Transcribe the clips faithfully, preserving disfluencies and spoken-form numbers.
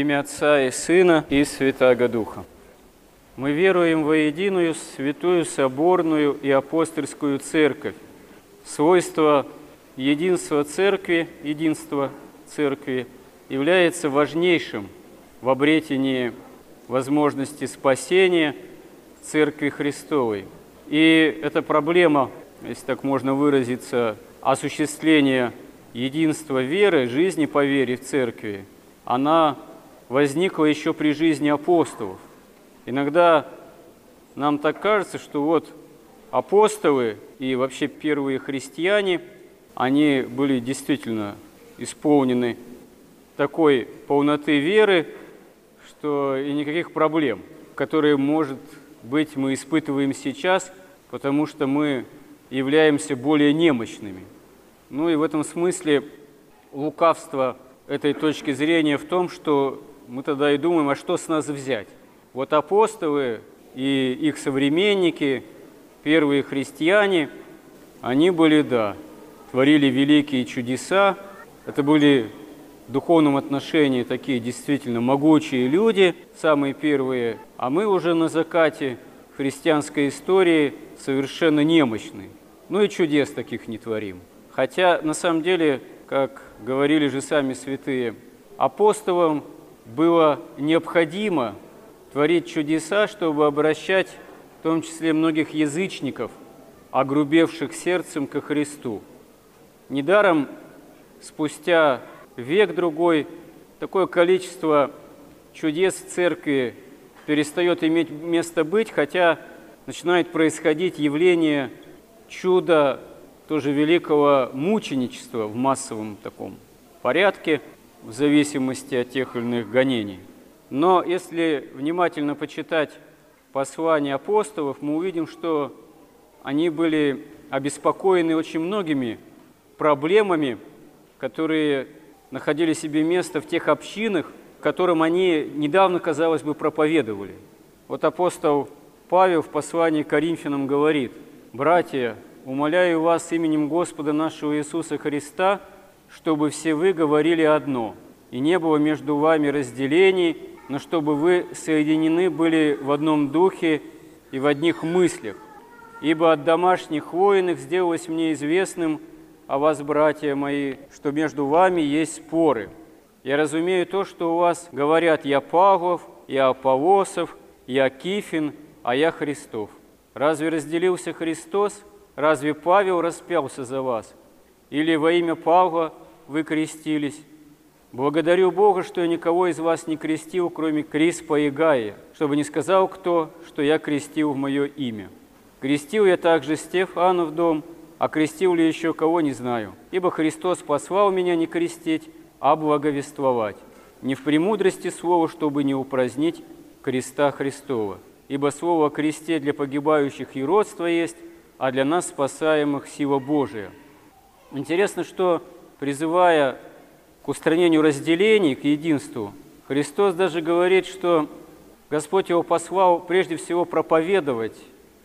имя Отца и Сына и Святаго Духа. Мы веруем во единую, святую, соборную и апостольскую Церковь. Свойство единства Церкви, единства Церкви является важнейшим в обретении возможности спасения Церкви Христовой. И эта проблема, если так можно выразиться, осуществления единства веры, жизни по вере в Церкви, она возникла еще при жизни апостолов. Иногда нам так кажется, что вот апостолы и вообще первые христиане, они были действительно исполнены такой полноты веры, что и никаких проблем, которые, может быть, мы испытываем сейчас, потому что мы являемся более немощными. Ну и в этом смысле лукавство этой точки зрения в том, что мы тогда и думаем, а что с нас взять? Вот апостолы и их современники, первые христиане, они были, да, творили великие чудеса. Это были в духовном отношении такие действительно могучие люди, самые первые. А мы уже на закате христианской истории совершенно немощны. Ну и чудес таких не творим. Хотя, на самом деле, как говорили же сами святые, апостолам было необходимо творить чудеса, чтобы обращать, в том числе многих язычников, огрубевших сердцем ко Христу. Недаром спустя век-другой такое количество чудес в Церкви перестает иметь место быть, хотя начинает происходить явление чуда тоже великого мученичества в массовом таком порядке, в зависимости от тех или иных гонений. Но если внимательно почитать послания апостолов, мы увидим, что они были обеспокоены очень многими проблемами, которые находили себе место в тех общинах, которым они недавно, казалось бы, проповедовали. Вот апостол Павел в послании к Коринфянам говорит: «Братья, умоляю вас именем Господа нашего Иисуса Христа, чтобы все вы говорили одно, и не было между вами разделений, но чтобы вы соединены были в одном духе и в одних мыслях. Ибо от домашних воинов сделалось мне известным о вас, братья мои, что между вами есть споры. Я разумею то, что у вас говорят: я Павлов, я Аполлосов, я Кифин, а я Христов. Разве разделился Христос? Разве Павел распялся за вас? Или во имя Павла вы крестились? Благодарю Бога, что я никого из вас не крестил, кроме Криспа и Гая, чтобы не сказал кто, что я крестил в мое имя. Крестил я также Стефана в дом, а крестил ли еще кого, не знаю. Ибо Христос послал меня не крестить, а благовествовать, не в премудрости слова, чтобы не упразднить креста Христова. Ибо слово о кресте для погибающих юродство есть, а для нас спасаемых сила Божия». Интересно, что, призывая к устранению разделений, к единству, Христос даже говорит, что Господь его послал прежде всего проповедовать,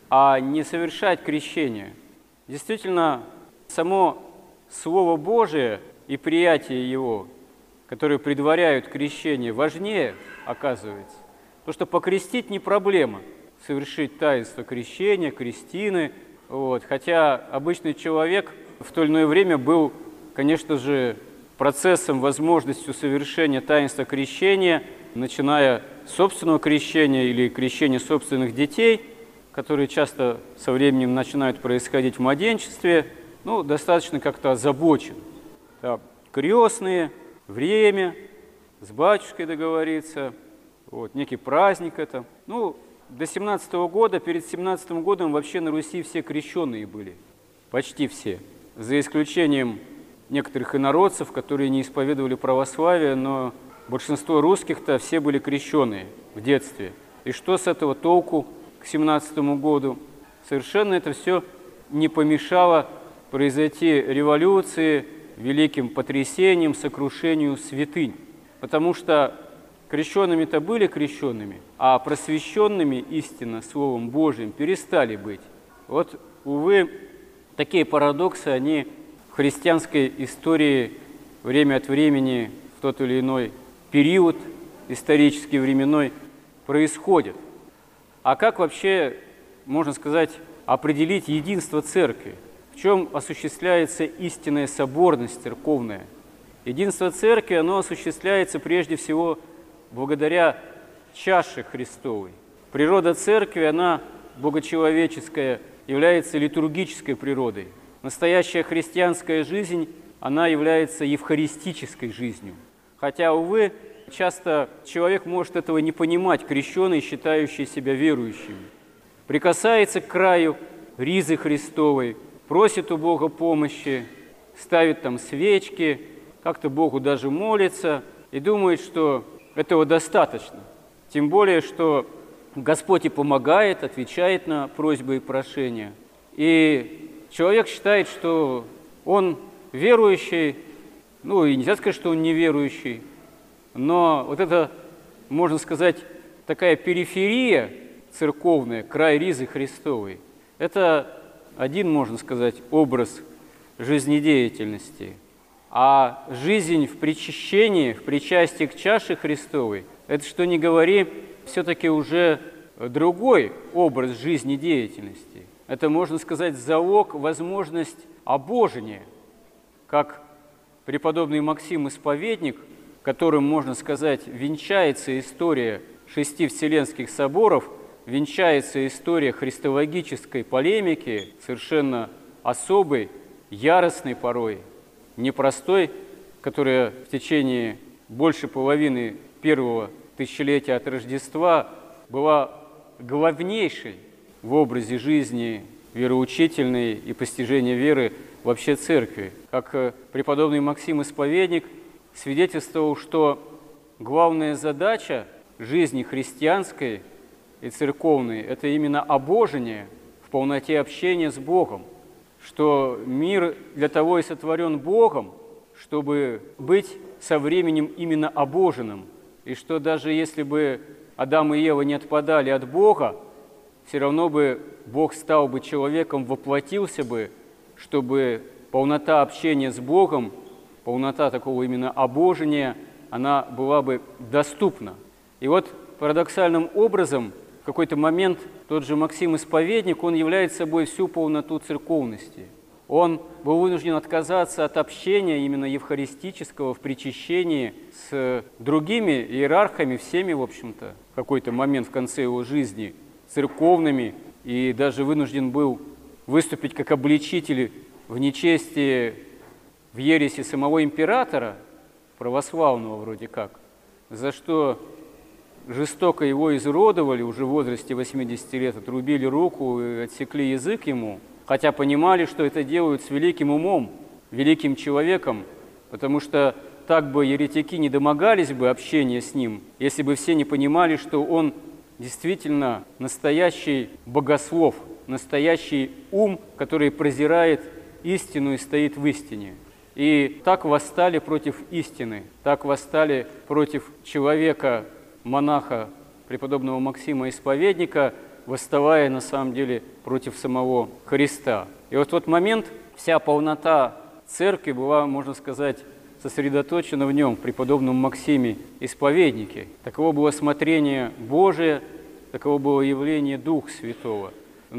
а не совершать крещение. Действительно, само Слово Божие и приятие его, которые предваряют крещение, важнее оказывается. Потому что покрестить не проблема, совершить таинство крещения, крестины. Вот. Хотя обычный человек в то или иное время был, конечно же, процессом, возможностью совершения таинства крещения, начиная с собственного крещения или крещения собственных детей, которые часто со временем начинают происходить в младенчестве, ну, достаточно как-то озабочен. Да, крестные, время, с батюшкой договориться, вот, некий праздник это. Ну, до семнадцатого года, перед семнадцатым годом вообще на Руси все крещенные были, почти все, за исключением некоторых инородцев, которые не исповедовали православие, но большинство русских-то все были крещенные в детстве. И что с этого толку к семнадцатому году? Совершенно это все не помешало произойти революции, великим потрясениям, сокрушению святынь. Потому что крещенными-то были крещенными, а просвещенными истинно Словом Божиим перестали быть. Вот, увы, такие парадоксы, они в христианской истории время от времени в тот или иной период исторический, временной происходит. А как вообще, можно сказать, определить единство Церкви? В чем осуществляется истинная соборность церковная? Единство Церкви, оно осуществляется прежде всего благодаря чаше Христовой. Природа Церкви, она богочеловеческая, является литургической природой. Настоящая христианская жизнь, она является евхаристической жизнью. Хотя, увы, часто человек может этого не понимать, крещеный, считающий себя верующим. Прикасается к краю ризы Христовой, просит у Бога помощи, ставит там свечки, как-то Богу даже молится и думает, что этого достаточно. Тем более, что Господь и помогает, отвечает на просьбы и прошения. И человек считает, что он верующий, ну и нельзя сказать, что он неверующий, но вот это, можно сказать, такая периферия церковная, край ризы Христовой, это один, можно сказать, образ жизнедеятельности. А жизнь в причащении, в причастии к чаше Христовой, это, что ни говори, все-таки уже другой образ жизнедеятельности. Это, можно сказать, залог, возможность обожения, как преподобный Максим Исповедник, которым, можно сказать, венчается история шести Вселенских соборов, венчается история христологической полемики, совершенно особой, яростной порой, непростой, которая в течение больше половины первого тысячелетия от Рождества была главнейшей в образе жизни вероучительной и постижения веры вообще Церкви. Как преподобный Максим Исповедник свидетельствовал, что главная задача жизни христианской и церковной – это именно обожение в полноте общения с Богом, что мир для того и сотворен Богом, чтобы быть со временем именно обоженным, и что даже если бы Адам и Ева не отпадали от Бога, все равно бы Бог стал бы человеком, воплотился бы, чтобы полнота общения с Богом, полнота такого именно обожения, она была бы доступна. И вот парадоксальным образом в какой-то момент тот же Максим Исповедник, он является собой всю полноту церковности. Он был вынужден отказаться от общения именно евхаристического в причащении с другими иерархами, всеми, в общем-то, в какой-то момент в конце его жизни, церковными, и даже вынужден был выступить как обличитель в нечестии, в ереси самого императора, православного вроде как, за что жестоко его изуродовали, уже в возрасте восьмидесяти лет отрубили руку и отсекли язык ему, хотя понимали, что это делают с великим умом, великим человеком, потому что так бы еретики не домогались бы общения с ним, если бы все не понимали, что он действительно настоящий богослов, настоящий ум, который презирает истину и стоит в истине. И так восстали против истины, так восстали против человека, монаха, преподобного Максима Исповедника, восставая на самом деле против самого Христа. И вот в тот момент вся полнота церкви была, можно сказать, сосредоточена в нем, в преподобном Максиме Исповеднике. Таково было смотрение Божие, таково было явление Духа Святого.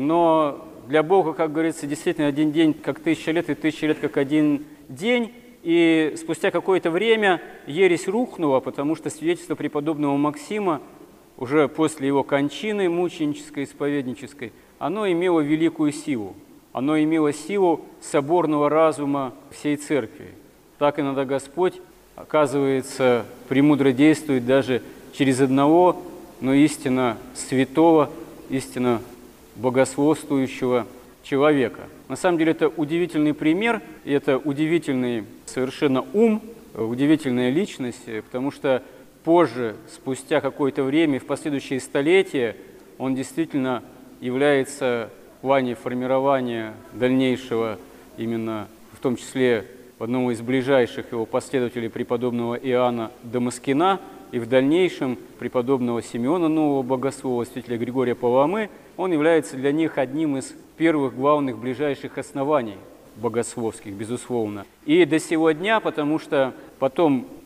Но для Бога, как говорится, действительно один день как тысяча лет, и тысяча лет как один день. И спустя какое-то время ересь рухнула, потому что свидетельство преподобного Максима уже после его кончины мученической, исповеднической, оно имело великую силу. Оно имело силу соборного разума всей церкви. Так иногда Господь, оказывается, премудро действует даже через одного, но истинно святого, истинно богословствующего человека. На самом деле это удивительный пример, и это удивительный совершенно ум, удивительная личность, потому что позже, спустя какое-то время, в последующие столетия, он действительно является в плане формирования дальнейшего, именно в том числе одного из ближайших его последователей, преподобного Иоанна Дамаскина, и в дальнейшем преподобного Симеона Нового Богослова, святителя Григория Паламы, он является для них одним из первых главных ближайших оснований богословских, безусловно. И до сего дня, потому что потом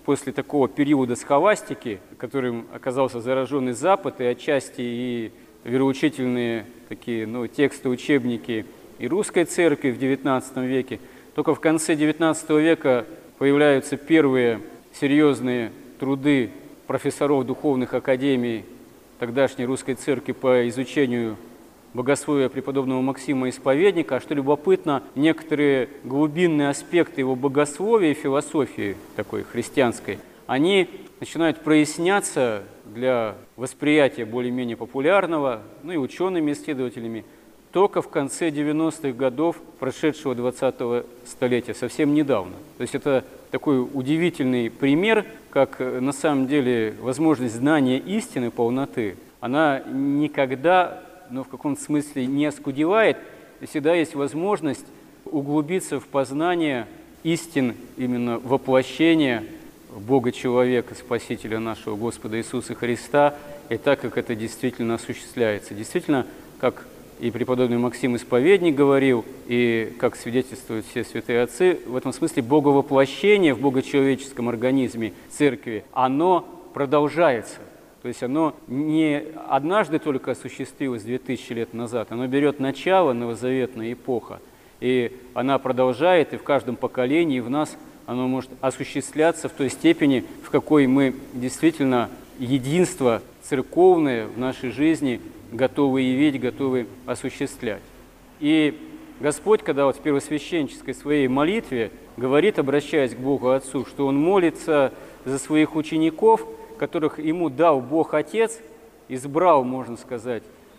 после такого периода схоластики, которым оказался зараженный Запад, и отчасти и вероучительные такие, ну, тексты, учебники и русской церкви в девятнадцатом веке, только в конце девятнадцатого века появляются первые серьезные труды профессоров духовных академий тогдашней русской церкви по изучению богословия преподобного Максима Исповедника. А что любопытно, некоторые глубинные аспекты его богословия и философии такой христианской, они начинают проясняться для восприятия более-менее популярного, ну и учеными, исследователями, только в конце девяностых годов прошедшего двадцатого столетия, совсем недавно. То есть это такой удивительный пример, как на самом деле возможность знания истины, полноты, она никогда, но в каком-то смысле не оскудевает, и всегда есть возможность углубиться в познание истин именно воплощения Бога-человека, Спасителя нашего Господа Иисуса Христа, и так, как это действительно осуществляется. Действительно, как и преподобный Максим Исповедник говорил, и как свидетельствуют все святые отцы, в этом смысле боговоплощение в богочеловеческом организме церкви, оно продолжается. То есть оно не однажды только осуществилось две тысячи лет назад, оно берет начало, новозаветная эпоха, и она продолжает, и в каждом поколении в нас оно может осуществляться в той степени, в какой мы действительно единство церковное в нашей жизни готовы явить, готовы осуществлять. И Господь, когда вот в первосвященнической своей молитве говорит, обращаясь к Богу Отцу, что Он молится за своих учеников, которых Ему дал Бог Отец, избрал, можно сказать,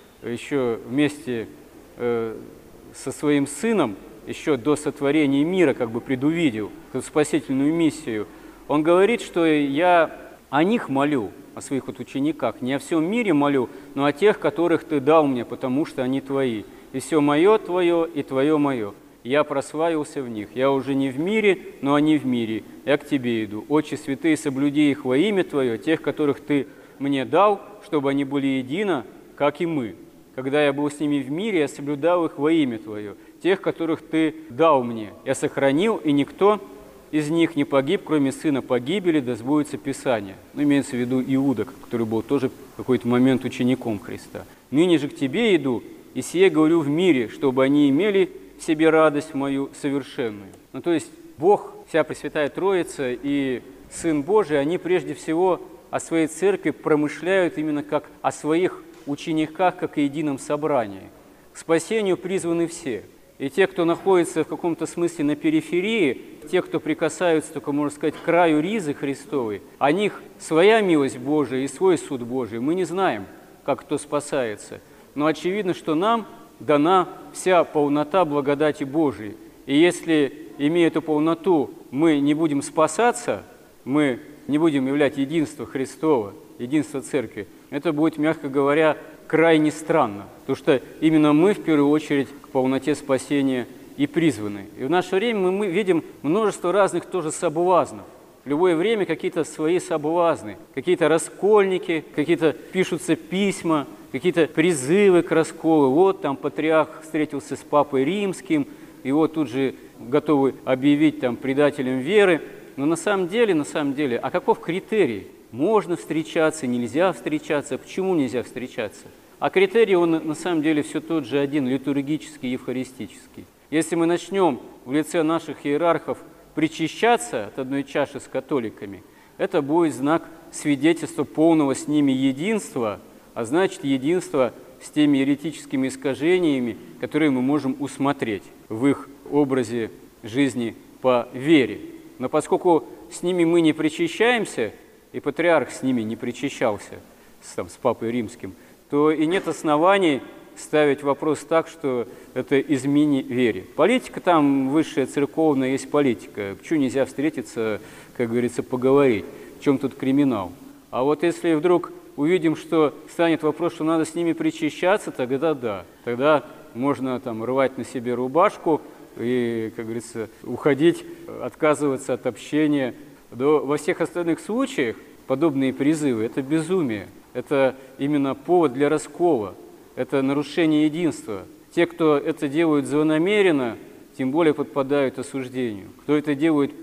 еще вместе э, со Своим Сыном, еще до сотворения мира, как бы предувидел эту спасительную миссию. Он говорит, что я о них молю, о своих вот учениках, не о всем мире молю, но о тех, которых Ты дал мне, потому что они Твои. И все мое Твое, и Твое мое. Я прославился в них. Я уже не в мире, но они в мире. Я к Тебе иду. Отче святые, соблюди их во имя Твое, тех, которых Ты мне дал, чтобы они были едино, как и мы. Когда я был с ними в мире, я соблюдал их во имя Твое. Тех, которых Ты дал мне, я сохранил, и никто из них не погиб, кроме сына погибели, да сбудется Писание. Ну, имеется в виду Иуда, который был тоже в какой-то момент учеником Христа. Ныне же к Тебе иду, и сие говорю в мире, чтобы они имели в себе радость мою совершенную. Ну, то есть Бог, вся Пресвятая Троица и Сын Божий, они прежде всего о своей церкви промышляют именно как о своих учениках, как о едином собрании. К спасению призваны все. И те, кто находится в каком-то смысле на периферии, те, кто прикасаются, только, можно сказать, к краю ризы Христовой, о них своя милость Божия и свой суд Божий. Мы не знаем, как кто спасается. Но очевидно, что нам дана вся полнота благодати Божией. И если, имея эту полноту, мы не будем спасаться, мы не будем являть единство Христово, единство Церкви, это будет, мягко говоря, крайне странно, потому что именно мы, в первую очередь, к полноте спасения и призваны. И в наше время мы, мы видим множество разных тоже соблазнов. В любое время какие-то свои соблазны, какие-то раскольники, какие-то пишутся письма, какие-то призывы к расколу. Вот там патриарх встретился с папой римским, и вот тут же готовы объявить там предателем веры. Но на самом деле, на самом деле, а каков критерий? Можно встречаться, нельзя встречаться. Почему нельзя встречаться? А критерий, он на самом деле все тот же один, литургический, евхаристический. Если мы начнем в лице наших иерархов причащаться от одной чаши с католиками, это будет знак свидетельства полного с ними единства, а значит единства с теми еретическими искажениями, которые мы можем усмотреть в их образе жизни по вере. Но поскольку с ними мы не причащаемся, и патриарх с ними не причащался, с, там, с папой римским, то и нет оснований ставить вопрос так, что это измени вере. Политика там высшая, церковная, есть политика. Почему нельзя встретиться, как говорится, поговорить? В чем тут криминал? А вот если вдруг увидим, что станет вопрос, что надо с ними причащаться, тогда да. Тогда можно там рвать на себе рубашку и, как говорится, уходить, отказываться от общения. Но во всех остальных случаях подобные призывы – это безумие, это именно повод для раскола, это нарушение единства. Те, кто это делают злонамеренно, тем более подпадают осуждению. Кто это делает по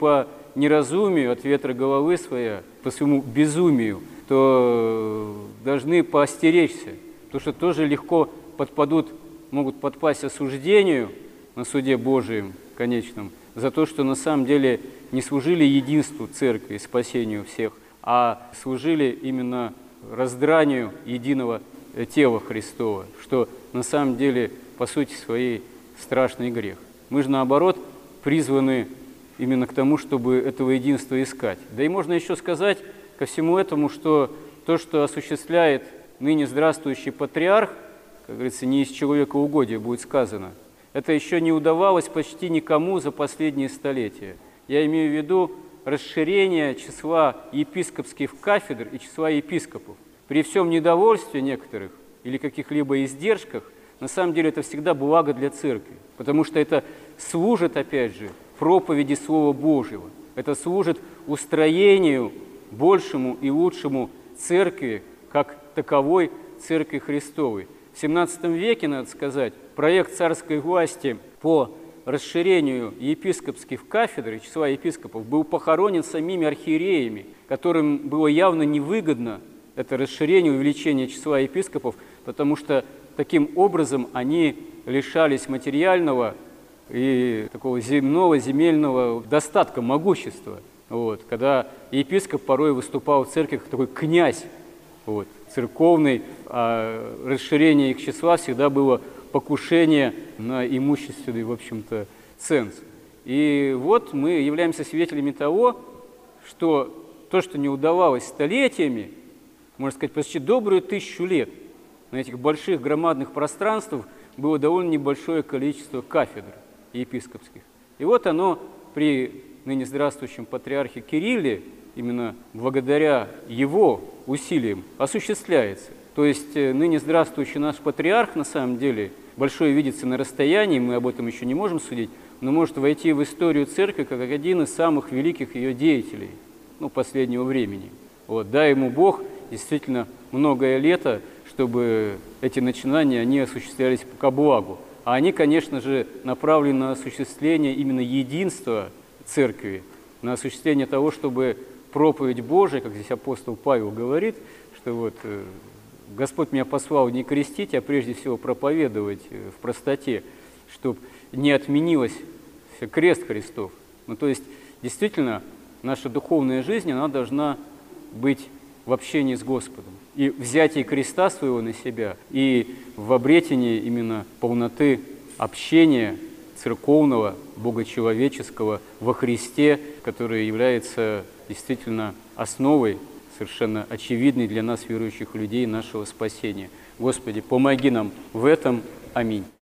неразумию, от ветра головы своя, по своему безумию, то должны поостеречься, потому что тоже легко подпадут, могут подпасть осуждению на суде Божием конечном за то, что на самом деле не служили единству церкви, спасению всех, а служили именно раздранию единого тела Христова, что на самом деле по сути своей страшный грех. Мы же наоборот призваны именно к тому, чтобы этого единства искать. Да и можно еще сказать ко всему этому, что то, что осуществляет ныне здравствующий патриарх, как говорится, не из человекоугодия будет сказано, это еще не удавалось почти никому за последние столетия. Я имею в виду расширение числа епископских кафедр и числа епископов. При всем недовольстве некоторых или каких-либо издержках, на самом деле это всегда благо для церкви, потому что это служит, опять же, проповеди Слова Божьего. Это служит устроению большему и лучшему церкви, как таковой церкви Христовой. В семнадцатом веке, надо сказать, проект царской власти по расширению епископских кафедр и числа епископов был похоронен самими архиереями, которым было явно невыгодно это расширение, увеличение числа епископов, потому что таким образом они лишались материального и такого земного, земельного достатка, могущества. Вот, когда епископ порой выступал в церкви как такой князь вот, церковный, а расширение их числа всегда было покушение на имущественный, в общем-то, ценз. И вот мы являемся свидетелями того, что то, что не удавалось столетиями, можно сказать, почти добрую тысячу лет, на этих больших громадных пространствах было довольно небольшое количество кафедр епископских. И вот оно при ныне здравствующем патриархе Кирилле, именно благодаря его усилиям, осуществляется. То есть ныне здравствующий наш патриарх, на самом деле, большое видится на расстоянии, мы об этом еще не можем судить, но может войти в историю церкви как один из самых великих ее деятелей, ну, последнего времени. Вот, дай ему Бог действительно многое лето, чтобы эти начинания, они осуществлялись ко благу. А они, конечно же, направлены на осуществление именно единства церкви, на осуществление того, чтобы проповедь Божия, как здесь апостол Павел говорит, что вот Господь меня послал не крестить, а прежде всего проповедовать в простоте, чтобы не отменилось крест Христов. Ну, то есть, действительно, наша духовная жизнь, она должна быть в общении с Господом, и взятии креста своего на себя, и в обретении именно полноты общения церковного, богочеловеческого во Христе, который является действительно основой, совершенно очевидной для нас, верующих людей, нашего спасения. Господи, помоги нам в этом. Аминь.